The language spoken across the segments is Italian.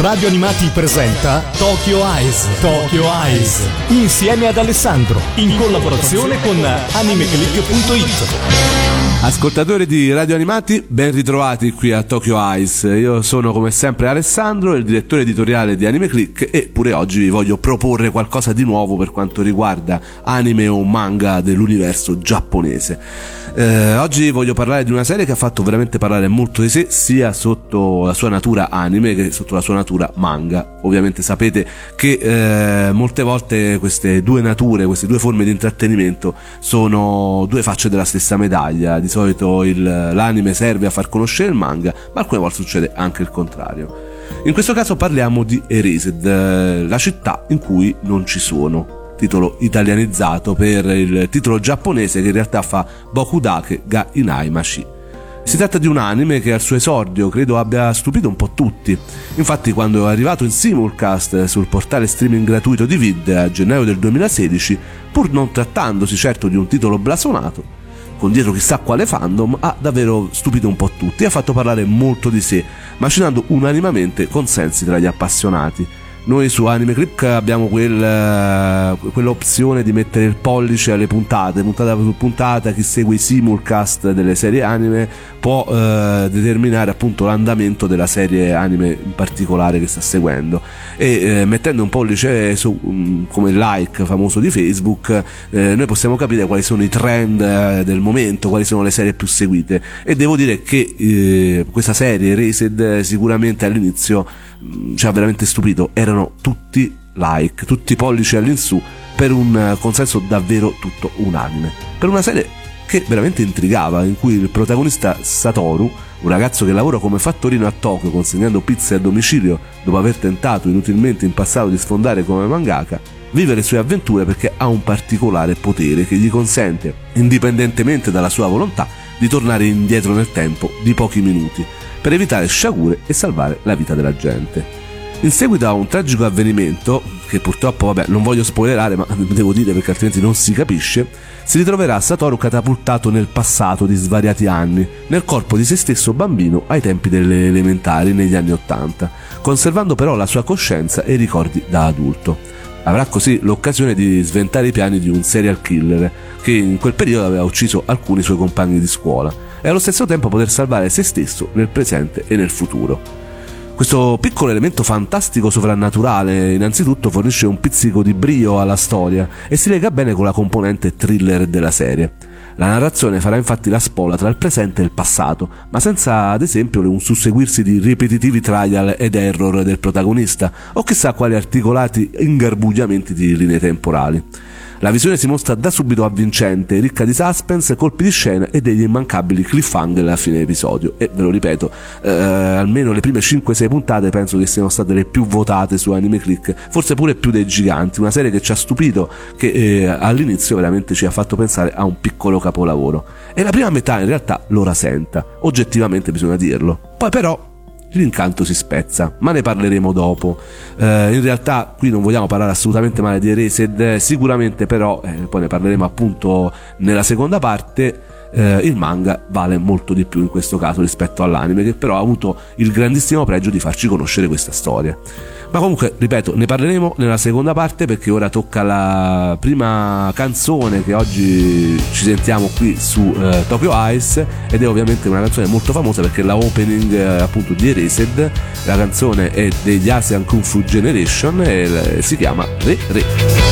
Radio Animati presenta Tokyo Eyes. Tokyo Eyes. Insieme ad Alessandro. In collaborazione con animeclick.it. Ascoltatori di Radio Animati, ben ritrovati qui a Tokyo Eyes. Io sono come sempre Alessandro, il direttore editoriale di Anime Click, e pure oggi vi voglio proporre qualcosa di nuovo per quanto riguarda anime o manga dell'universo giapponese. Oggi voglio parlare di una serie che ha fatto veramente parlare molto di sé, sia sotto la sua natura anime che sotto la sua natura manga. Ovviamente sapete che molte volte queste due nature, queste due forme di intrattenimento sono due facce della stessa medaglia. Di solito l'anime serve a far conoscere il manga, ma alcune volte succede anche il contrario. In questo caso parliamo di Erased, la città in cui non ci sono, titolo italianizzato per il titolo giapponese che in realtà fa Bokudake ga Inaimashi. Si tratta di un anime che al suo esordio credo abbia stupito un po' tutti. Infatti, quando è arrivato in simulcast sul portale streaming gratuito di Vid a gennaio del 2016, pur non trattandosi certo di un titolo blasonato, con dietro chissà quale fandom, ha davvero stupito un po' tutti e ha fatto parlare molto di sé, macinando unanimemente consensi tra gli appassionati. Noi su Anime Click abbiamo quell'opzione di mettere il pollice alle puntate, puntata per puntata. Chi segue i simulcast delle serie anime può determinare appunto l'andamento della serie anime in particolare che sta seguendo, e mettendo un pollice su, come il like famoso di Facebook, noi possiamo capire quali sono i trend del momento, quali sono le serie più seguite. E devo dire che questa serie Erased sicuramente all'inizio ci ha veramente stupito. Erano tutti like, tutti pollici all'insù, per un consenso davvero tutto unanime, per una serie che veramente intrigava, in cui il protagonista Satoru, un ragazzo che lavora come fattorino a Tokyo consegnando pizze a domicilio dopo aver tentato inutilmente in passato di sfondare come mangaka, vive le sue avventure perché ha un particolare potere che gli consente, indipendentemente dalla sua volontà, di tornare indietro nel tempo di pochi minuti per evitare sciagure e salvare la vita della gente. In seguito a un tragico avvenimento, che purtroppo non voglio spoilerare, ma devo dire perché altrimenti non si capisce, si ritroverà Satoru catapultato nel passato di svariati anni, nel corpo di se stesso bambino ai tempi delle elementari negli anni '80, conservando però la sua coscienza e i ricordi da adulto. Avrà così l'occasione di sventare i piani di un serial killer che in quel periodo aveva ucciso alcuni suoi compagni di scuola, e allo stesso tempo poter salvare se stesso nel presente e nel futuro. Questo piccolo elemento fantastico sovrannaturale innanzitutto fornisce un pizzico di brio alla storia e si lega bene con la componente thriller della serie. La narrazione farà infatti la spola tra il presente e il passato, ma senza ad esempio un susseguirsi di ripetitivi trial ed error del protagonista, o chissà quali articolati ingarbugliamenti di linee temporali. La visione si mostra da subito avvincente, ricca di suspense, colpi di scena e degli immancabili cliffhanger alla fine episodio. E ve lo ripeto, almeno le prime 5-6 puntate penso che siano state le più votate su Anime Click, forse pure più dei Giganti, una serie che ci ha stupito, che all'inizio veramente ci ha fatto pensare a un piccolo capolavoro. E la prima metà in realtà lo rasenta, oggettivamente bisogna dirlo. Poi però l'incanto si spezza, ma ne parleremo dopo. In realtà qui non vogliamo parlare assolutamente male di Erased, sicuramente però poi ne parleremo appunto nella seconda parte. Il manga vale molto di più in questo caso rispetto all'anime, che però ha avuto il grandissimo pregio di farci conoscere questa storia. Ma comunque, ripeto, ne parleremo nella seconda parte, perché ora tocca la prima canzone che oggi ci sentiamo qui su Tokyo Eyes, ed è ovviamente una canzone molto famosa perché è la opening appunto di Erased. La canzone è degli Asian Kung Fu Generation e si chiama Re Re.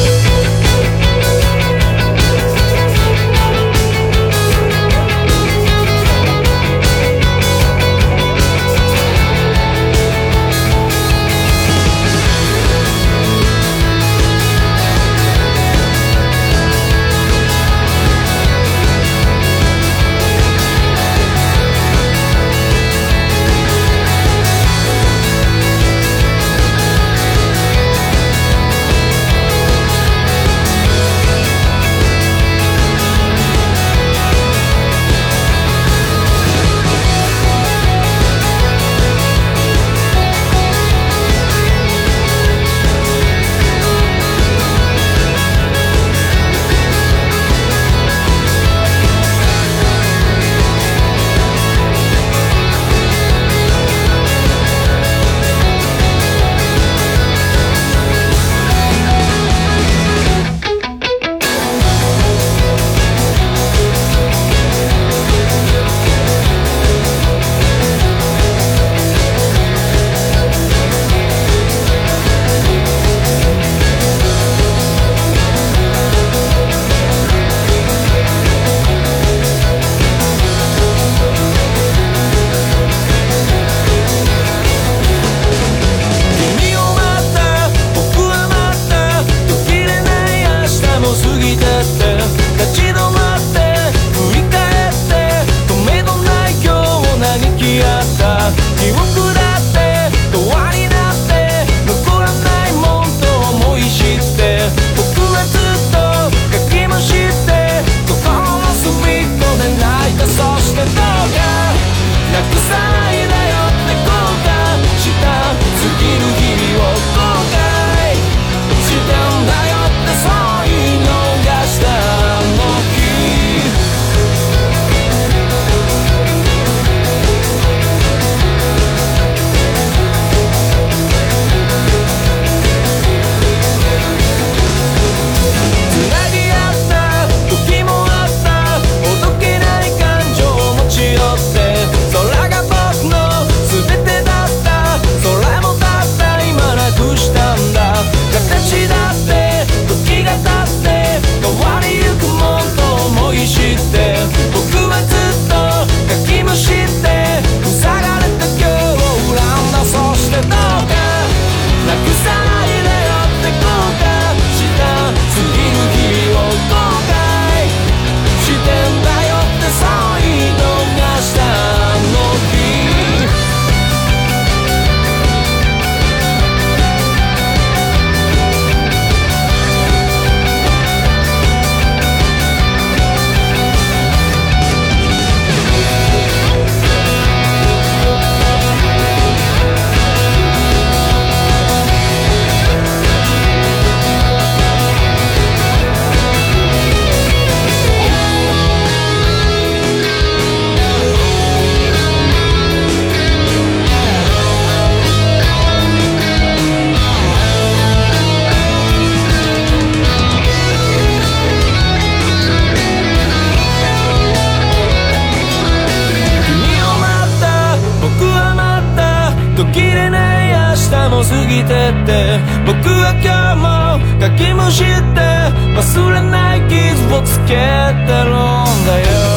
さも過ぎてって僕は今日もかきむしって忘れない傷をつけてるんだよ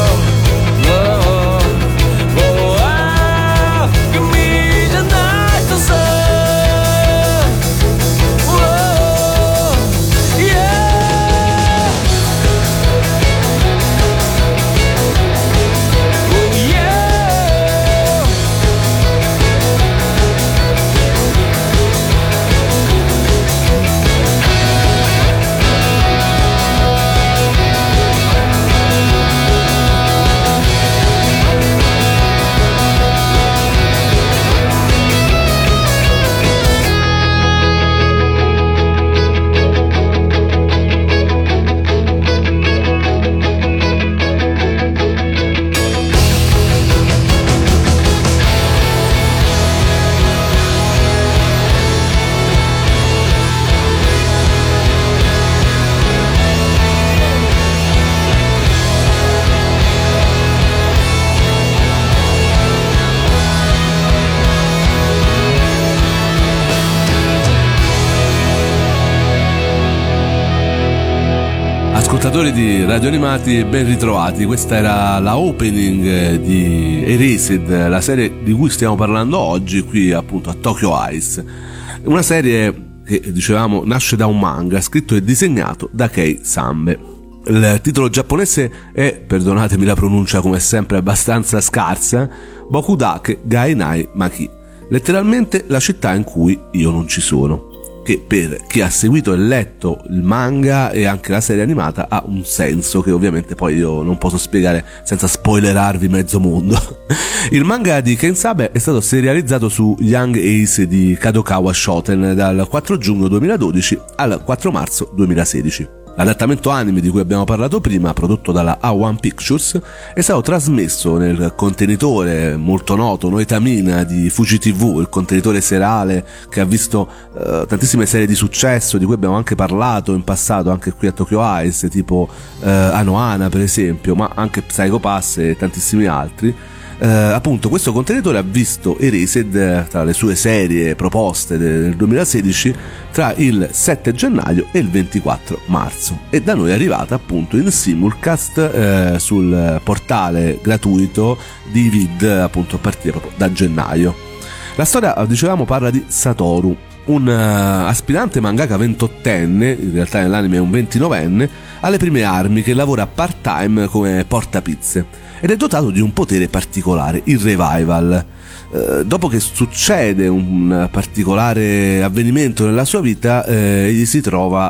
Ascoltatori di Radio Animati, ben ritrovati. Questa era la opening di Erased, la serie di cui stiamo parlando oggi qui appunto a Tokyo Eyes. Una serie che, dicevamo, nasce da un manga scritto e disegnato da Kei Sambe. Il titolo giapponese è, perdonatemi la pronuncia come sempre abbastanza scarsa, Bokudake Gainai Maki, letteralmente la città in cui io non ci sono, che per chi ha seguito e letto il manga e anche la serie animata ha un senso che ovviamente poi io non posso spiegare senza spoilerarvi mezzo mondo. Il manga di Kei Sambe è stato serializzato su Young Ace di Kadokawa Shoten dal 4 giugno 2012 al 4 marzo 2016. L'adattamento anime di cui abbiamo parlato prima, prodotto dalla A1 Pictures, è stato trasmesso nel contenitore molto noto Noitamina di Fuji TV, il contenitore serale che ha visto tantissime serie di successo di cui abbiamo anche parlato in passato anche qui a Tokyo Eyes, tipo Anohana per esempio, ma anche Psycho Pass e tantissimi altri. Appunto questo contenitore ha visto Erased tra le sue serie proposte del 2016 tra il 7 gennaio e il 24 marzo e da noi è arrivata appunto in simulcast sul portale gratuito di Vid appunto a partire proprio da gennaio. La storia, dicevamo, parla di Satoru, un aspirante mangaka 28enne, in realtà nell'anime è un 29enne, alle prime armi, che lavora part-time come portapizze ed è dotato di un potere particolare, il revival. Dopo che succede un particolare avvenimento nella sua vita, egli si trova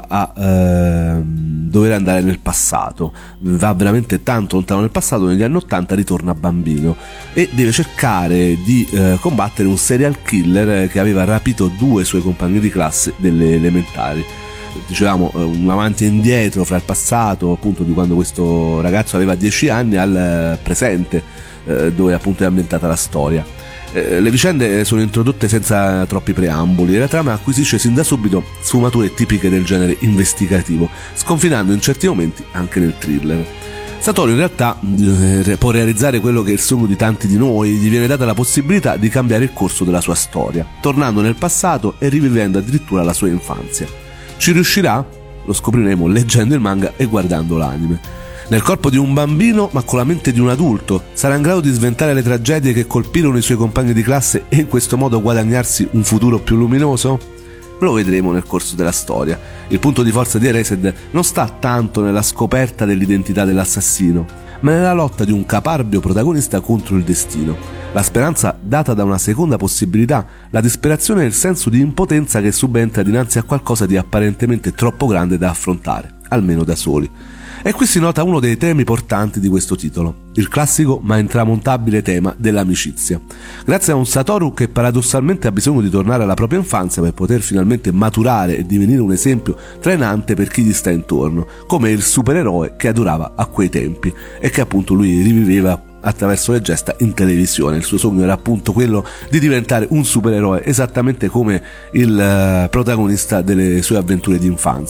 a dover andare nel passato, va veramente tanto lontano nel passato, negli anni 80 ritorna bambino e deve cercare di combattere un serial killer che aveva rapito 2 suoi compagni di classe delle elementari. Dicevamo un avanti e indietro fra il passato appunto di quando questo ragazzo aveva 10 anni al presente dove appunto è ambientata la storia. Le vicende sono introdotte senza troppi preamboli e la trama acquisisce sin da subito sfumature tipiche del genere investigativo, sconfinando in certi momenti anche nel thriller. Satoru in realtà può realizzare quello che è il sogno di tanti di noi, gli viene data la possibilità di cambiare il corso della sua storia, tornando nel passato e rivivendo addirittura la sua infanzia. Ci riuscirà? Lo scopriremo leggendo il manga e guardando l'anime. Nel corpo di un bambino ma con la mente di un adulto, sarà in grado di sventare le tragedie che colpirono i suoi compagni di classe e in questo modo guadagnarsi un futuro più luminoso? Lo vedremo nel corso della storia. Il punto di forza di Erased non sta tanto nella scoperta dell'identità dell'assassino, ma nella lotta di un caparbio protagonista contro il destino. La speranza data da una seconda possibilità, la disperazione e il senso di impotenza che subentra dinanzi a qualcosa di apparentemente troppo grande da affrontare, almeno da soli. E qui si nota uno dei temi portanti di questo titolo, il classico ma intramontabile tema dell'amicizia. Grazie a un Satoru che paradossalmente ha bisogno di tornare alla propria infanzia per poter finalmente maturare e divenire un esempio trainante per chi gli sta intorno, come il supereroe che adorava a quei tempi e che appunto lui riviveva attraverso le gesta in televisione. Il suo sogno era appunto quello di diventare un supereroe esattamente come il protagonista delle sue avventure di infanzia.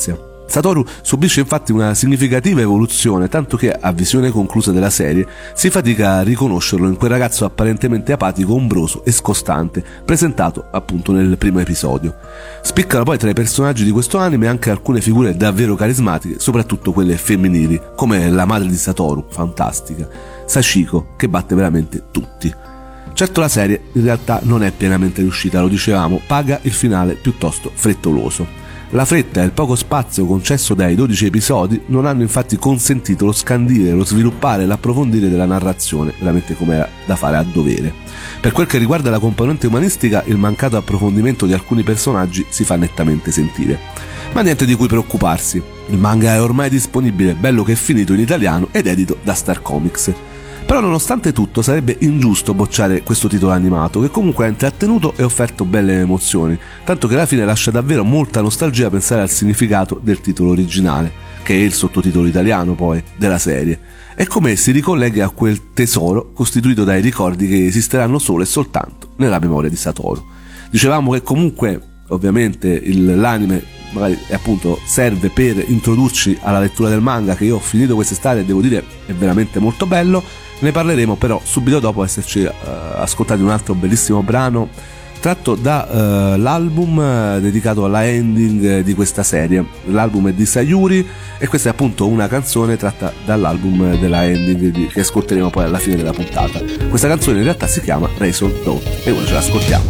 Satoru subisce infatti una significativa evoluzione, tanto che a visione conclusa della serie si fatica a riconoscerlo in quel ragazzo apparentemente apatico, ombroso e scostante, presentato appunto nel primo episodio. Spiccano poi tra i personaggi di questo anime anche alcune figure davvero carismatiche, soprattutto quelle femminili, come la madre di Satoru, fantastica, Sachiko, che batte veramente tutti. Certo, la serie in realtà non è pienamente riuscita, lo dicevamo, paga il finale piuttosto frettoloso. La fretta e il poco spazio concesso dai 12 episodi non hanno infatti consentito lo scandire, lo sviluppare e l'approfondire della narrazione, veramente come era da fare a dovere. Per quel che riguarda la componente umanistica, il mancato approfondimento di alcuni personaggi si fa nettamente sentire. Ma niente di cui preoccuparsi, il manga è ormai disponibile, bello che è finito, in italiano ed edito da Star Comics. Però nonostante tutto sarebbe ingiusto bocciare questo titolo animato, che comunque ha intrattenuto e offerto belle emozioni, tanto che alla fine lascia davvero molta nostalgia pensare al significato del titolo originale, che è il sottotitolo italiano poi della serie, e come si ricollega a quel tesoro costituito dai ricordi che esisteranno solo e soltanto nella memoria di Satoru. Dicevamo che comunque ovviamente l'anime magari appunto serve per introdurci alla lettura del manga, che io ho finito quest'estate e devo dire è veramente molto bello. Ne parleremo però subito dopo esserci ascoltati un altro bellissimo brano tratto da l'album dedicato alla ending di questa serie. L'album è di Sayuri e questa è appunto una canzone tratta dall'album della ending che ascolteremo poi alla fine della puntata. Questa canzone in realtà si chiama Razor Dawn e ora ce l'ascoltiamo.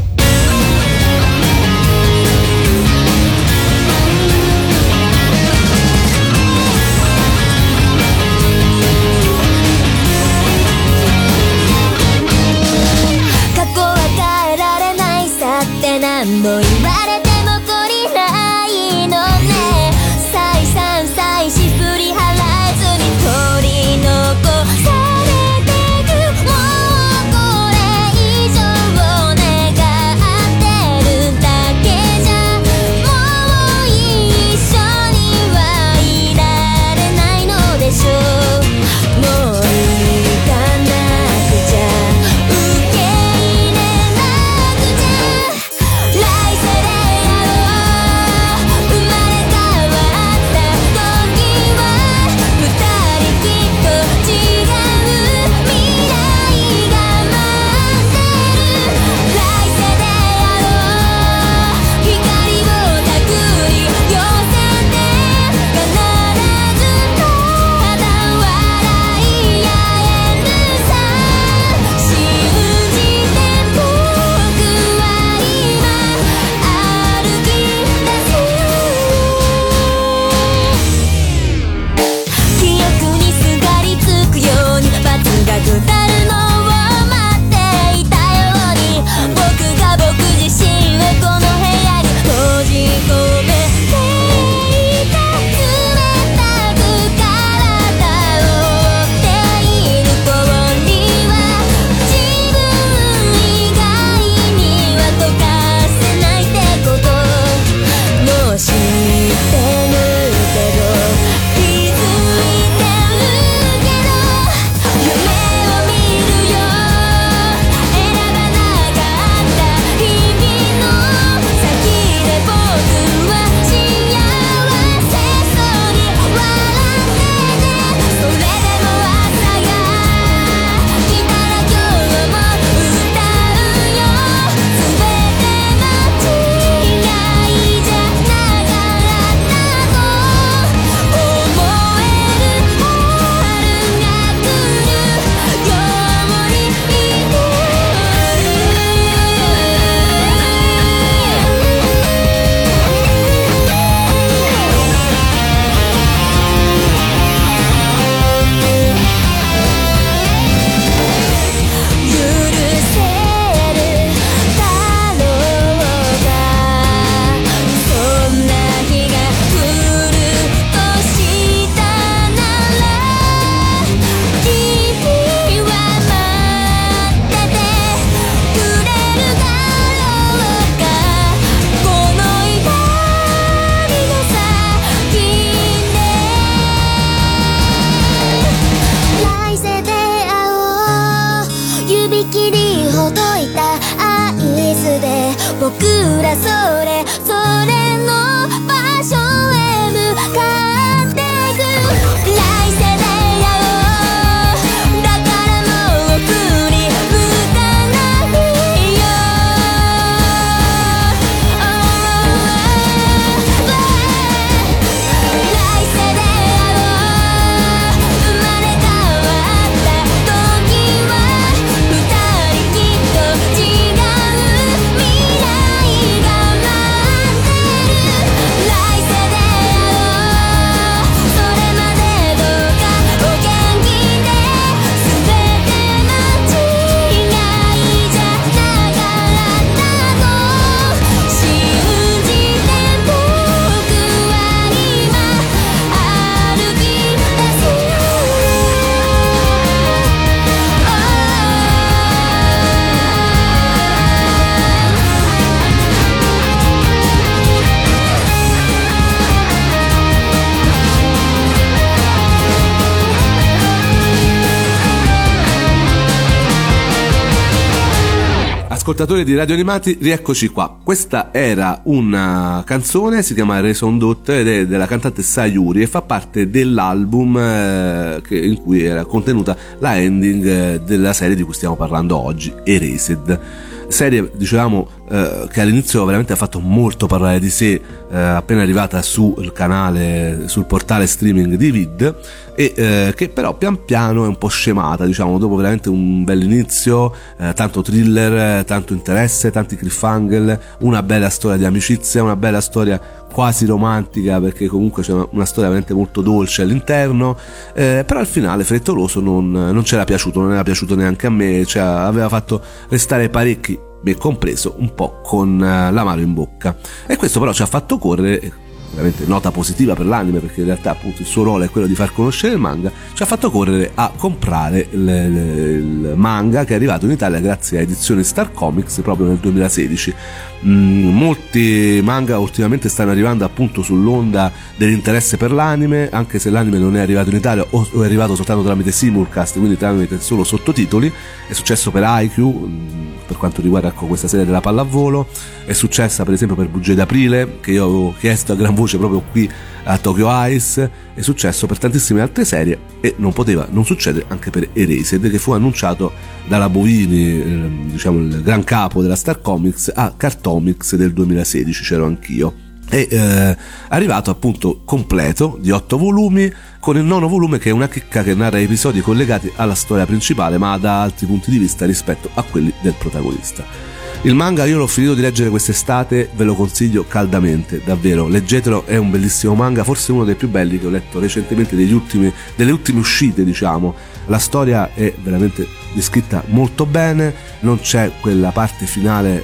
何度言われても懲りないのね再三再四振り払えずに取り残されてくもうこれ以上願ってるだけじゃもう一緒にはいられないのでしょうもう行かなくちゃ受け入れなくちゃ来世であろう生まれ変わった時は二人きっと違う未来が待ってる来世であろう光をたぐり寄せて必ずただ笑い合えるさ信じて僕は今歩き出す記憶にすがりつくように罰が下るのを待っていたように僕が僕自身をこの部屋に閉じ込めていた冷たく体を覆っている氷は自分以外には溶かせないってこともう知ってるけど気づいてるけど夢を見るよ選ばなかった日々の先で僕は幸せそうに笑っててそれでも朝が来たら今日も歌うよ全て間違いじゃなかったと思える春が来るように許せるだろうがそんな日が来るとしたなら君は待っててくれるだろうかこの痛みの先で来世で会おう指切りほどいたアイスで僕らそれぞれの場所へ向か ascoltatori di Radio Animati, rieccoci qua. Questa era una canzone, si chiama Reason Dot ed è della cantante Sayuri e fa parte dell'album in cui era contenuta la ending della serie di cui stiamo parlando oggi, Erased. Serie, dicevamo, che all'inizio veramente ha fatto molto parlare di sé, appena arrivata sul canale, sul portale streaming di Vid, e che però pian piano è un po' scemata, diciamo, dopo veramente un bell'inizio, tanto thriller, tanto interesse, tanti cliffhanger, una bella storia di amicizia, una bella storia quasi romantica, perché comunque c'è una storia veramente molto dolce all'interno, però al finale frettoloso non c'era piaciuto, non era piaciuto neanche a me, cioè aveva fatto restare parecchi, me compreso, un po' con l'amaro in bocca, e questo però ci ha fatto correre, veramente nota positiva per l'anime, perché in realtà appunto il suo ruolo è quello di far conoscere il manga, ci ha fatto correre a comprare il manga, che è arrivato in Italia grazie a edizioni Star Comics proprio nel 2016. Molti manga ultimamente stanno arrivando appunto sull'onda dell'interesse per l'anime, anche se l'anime non è arrivato in Italia o è arrivato soltanto tramite simulcast, quindi tramite solo sottotitoli. È successo per Haikyuu, per quanto riguarda questa serie della pallavolo, è successa per esempio per Bugie d'Aprile, che io avevo chiesto a gran voce proprio qui a Tokyo Ice, è successo per tantissime altre serie e non poteva non succedere anche per Erased, che fu annunciato dalla Bovini, diciamo il gran capo della Star Comics, a Cartomics del 2016, c'ero anch'io. È arrivato appunto completo di 8 volumi, con il 9º volume che è una chicca che narra episodi collegati alla storia principale ma da altri punti di vista rispetto a quelli del protagonista. Il manga io l'ho finito di leggere quest'estate, ve lo consiglio caldamente, davvero, leggetelo, è un bellissimo manga, forse uno dei più belli che ho letto recentemente, delle ultime uscite, diciamo. La storia è veramente descritta molto bene, non c'è quella parte finale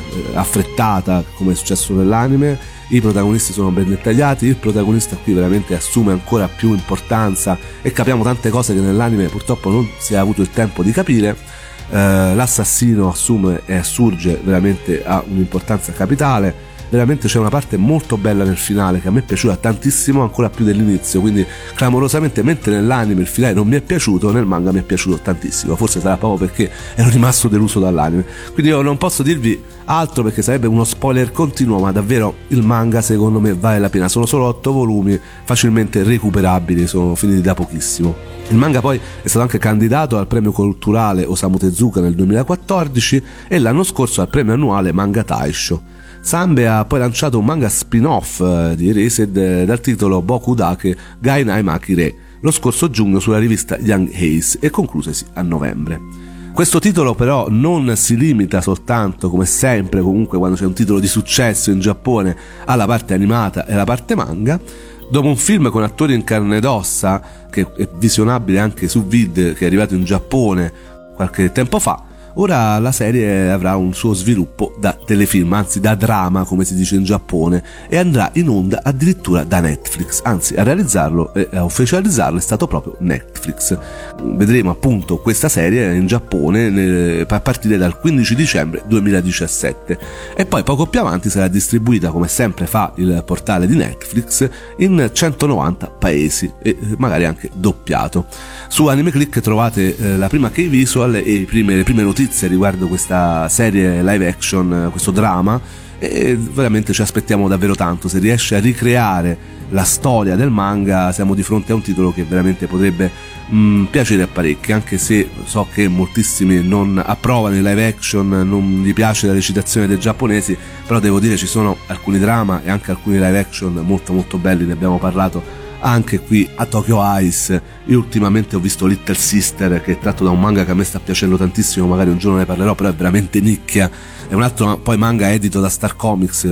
affrettata come è successo nell'anime, i protagonisti sono ben dettagliati, il protagonista qui veramente assume ancora più importanza e capiamo tante cose che nell'anime purtroppo non si è avuto il tempo di capire. L'assassino assume e assurge veramente a un'importanza capitale, veramente c'è una parte molto bella nel finale che a me è piaciuta tantissimo, ancora più dell'inizio, quindi clamorosamente, mentre nell'anime il finale non mi è piaciuto, nel manga mi è piaciuto tantissimo, forse sarà proprio perché ero rimasto deluso dall'anime, quindi io non posso dirvi altro perché sarebbe uno spoiler continuo, ma davvero il manga secondo me vale la pena, sono solo 8 volumi facilmente recuperabili, sono finiti da pochissimo. Il manga poi è stato anche candidato al premio culturale Osamu Tezuka nel 2014 e l'anno scorso al premio annuale Manga Taisho. Sanbe ha poi lanciato un manga spin-off di Erased dal titolo Boku Dake Gainai Maki Re lo scorso giugno sulla rivista Young Ace e conclusesi a novembre. Questo titolo però non si limita soltanto, come sempre comunque quando c'è un titolo di successo in Giappone, alla parte animata e alla parte manga. Dopo un film con attori in carne ed ossa, che è visionabile anche su Vid, che è arrivato in Giappone qualche tempo fa, ora la serie avrà un suo sviluppo da telefilm, anzi da drama come si dice in Giappone, e andrà in onda addirittura da Netflix, anzi a realizzarlo e a ufficializzarlo è stato proprio Netflix. Vedremo appunto questa serie in Giappone a partire dal 15 dicembre 2017 e poi poco più avanti sarà distribuita, come sempre fa il portale di Netflix, in 190 paesi e magari anche doppiato. Su Anime Click trovate la prima key visual e le prime notizie riguardo questa serie live action, questo drama, e veramente ci aspettiamo davvero tanto. Se riesce a ricreare la storia del manga siamo di fronte a un titolo che veramente potrebbe piacere a parecchi, anche se so che moltissimi non approvano il live action, non gli piace la recitazione dei giapponesi, però devo dire ci sono alcuni drama e anche alcuni live action molto molto belli, ne abbiamo parlato anche qui a Tokyo Ice. Io ultimamente ho visto Little Sister, che è tratto da un manga che a me sta piacendo tantissimo, magari un giorno ne parlerò, però è veramente nicchia, è un altro poi manga edito da Star Comics,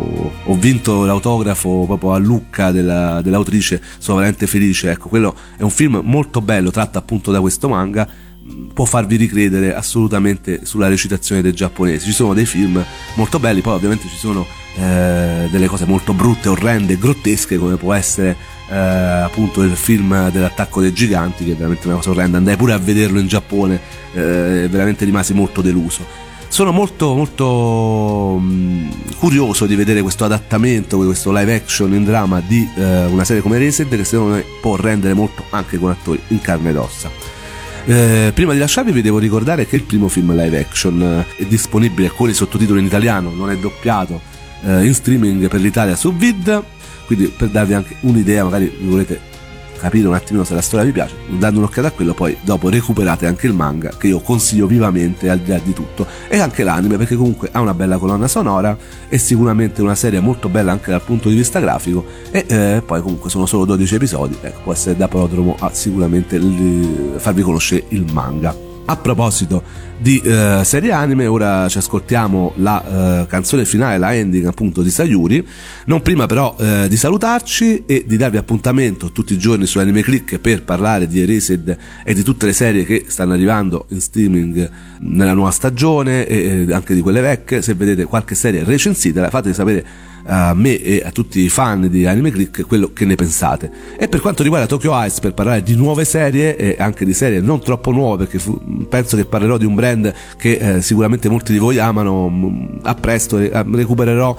ho vinto l'autografo proprio a Lucca dell'autrice, sono veramente felice, ecco, quello è un film molto bello tratto appunto da questo manga, può farvi ricredere assolutamente sulla recitazione dei giapponesi. Ci sono dei film molto belli, poi ovviamente ci sono delle cose molto brutte, orrende, grottesche, come può essere appunto il film dell'attacco dei giganti, che è veramente una cosa orrenda, andai pure a vederlo in Giappone, veramente rimasi molto deluso. Sono molto molto curioso di vedere questo adattamento, questo live action in drama di una serie come Erased, che secondo me può rendere molto anche con attori in carne ed ossa. Prima di lasciarvi vi devo ricordare che il primo film live action è disponibile con i sottotitoli in italiano, non è doppiato, in streaming per l'Italia su Vid, quindi per darvi anche un'idea, magari vi volete capire un attimino se la storia vi piace, dando un'occhiata a quello, poi dopo recuperate anche il manga, che io consiglio vivamente al di là di tutto, e anche l'anime, perché comunque ha una bella colonna sonora e sicuramente una serie molto bella anche dal punto di vista grafico, e poi comunque sono solo 12 episodi, ecco, può essere da prodromo a sicuramente farvi conoscere il manga. A proposito di serie anime, ora ci ascoltiamo la canzone finale, la ending appunto di Sayuri, non prima però di salutarci e di darvi appuntamento tutti i giorni su Anime Click per parlare di Erased e di tutte le serie che stanno arrivando in streaming nella nuova stagione e anche di quelle vecchie. Se vedete qualche serie recensitela, fatemi sapere a me e a tutti i fan di Anime Click quello che ne pensate. E per quanto riguarda Tokyo Ice, per parlare di nuove serie e anche di serie non troppo nuove, perché penso che parlerò di un brand che sicuramente molti di voi amano, a presto recupererò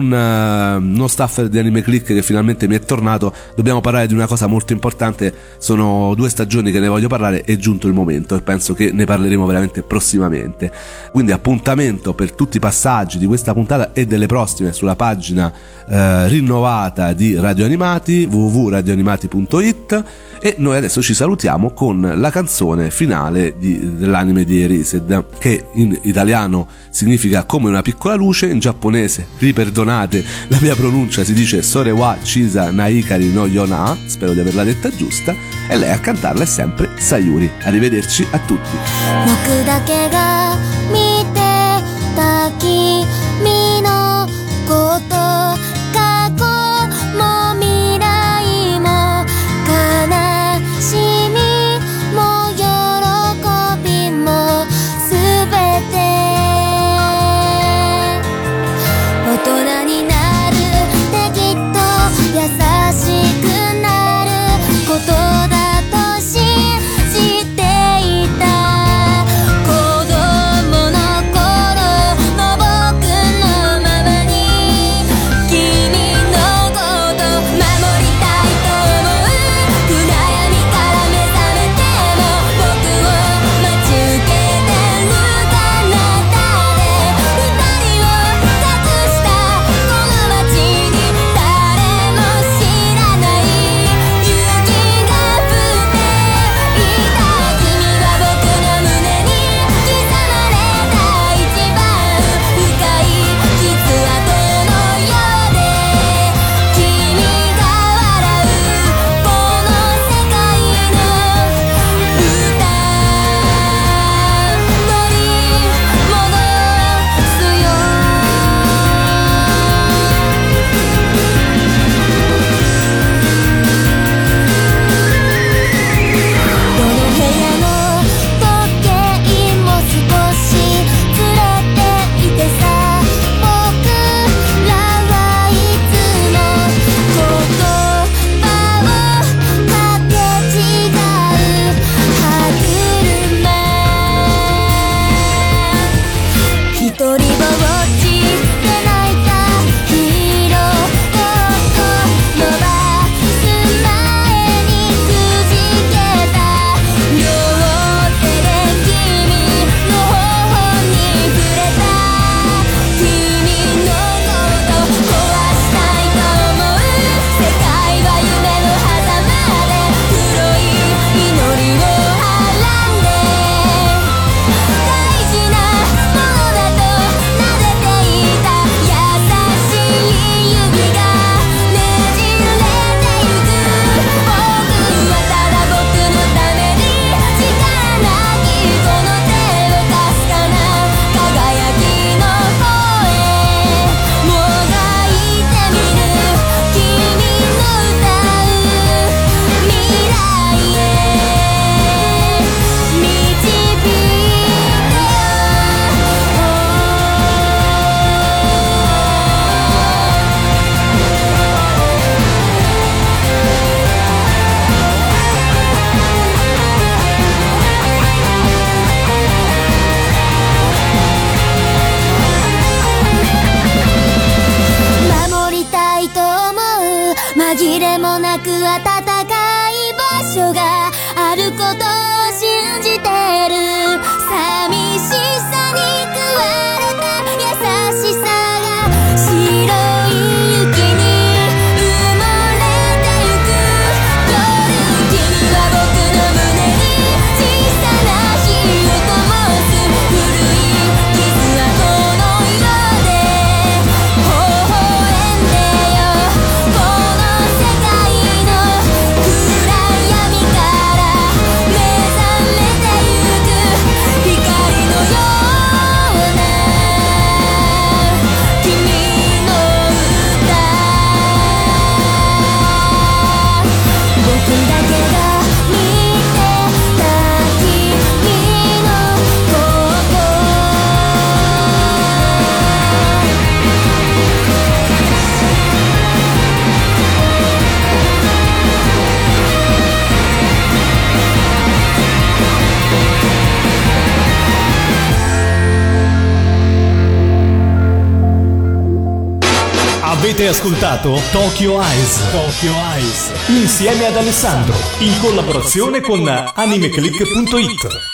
uno staff di Anime Click che finalmente mi è tornato. Dobbiamo parlare di una cosa molto importante, sono 2 stagioni che ne voglio parlare, è giunto il momento e penso che ne parleremo veramente prossimamente, quindi appuntamento per tutti i passaggi di questa puntata e delle prossime sulla pagina rinnovata di Radio Animati, www.radioanimati.it, e noi adesso ci salutiamo con la canzone finale dell'anime di Erased, che in italiano significa come una piccola luce, in giapponese, riperdonate la mia pronuncia, si dice Sore wa chisa naikari no yona, spero di averla detta giusta, e lei a cantarla è sempre Sayuri. Arrivederci a tutti. 僕だけが見てた君のこと過去も未来も悲しみも喜びもすべて大人になるってきっと優しくなることだと信じていた子供の頃の僕のままに君のこと守りたいと思う暗闇から目覚めても僕を待ち受けてる彼方で二人を隠したこの街に誰も知らない雪が降っていた君は僕の胸に刻まれた一番深い傷跡のようで君が笑うこの世界の歌取り戻すよどの部屋の時計も少しずれていてさ僕らはいつも言葉をかけ違う歯車一人ぼっちで泣いたヒーローと伸ばす前にくじけた両手で君の頬に触れた君のこと壊したいと思う世界は夢の狭間で黒い祈りをはらんで大事なものだと撫でていた優しい指がねじれてゆく僕はただ僕のために力なきこの手をかすかな輝きの方へもがいてみる君の歌う未来へ導いてよ守りたいと思う紛れもなく暖かい場所があることを信じて Avete ascoltato Tokyo Eyes insieme ad Alessandro in collaborazione con animeclick.it.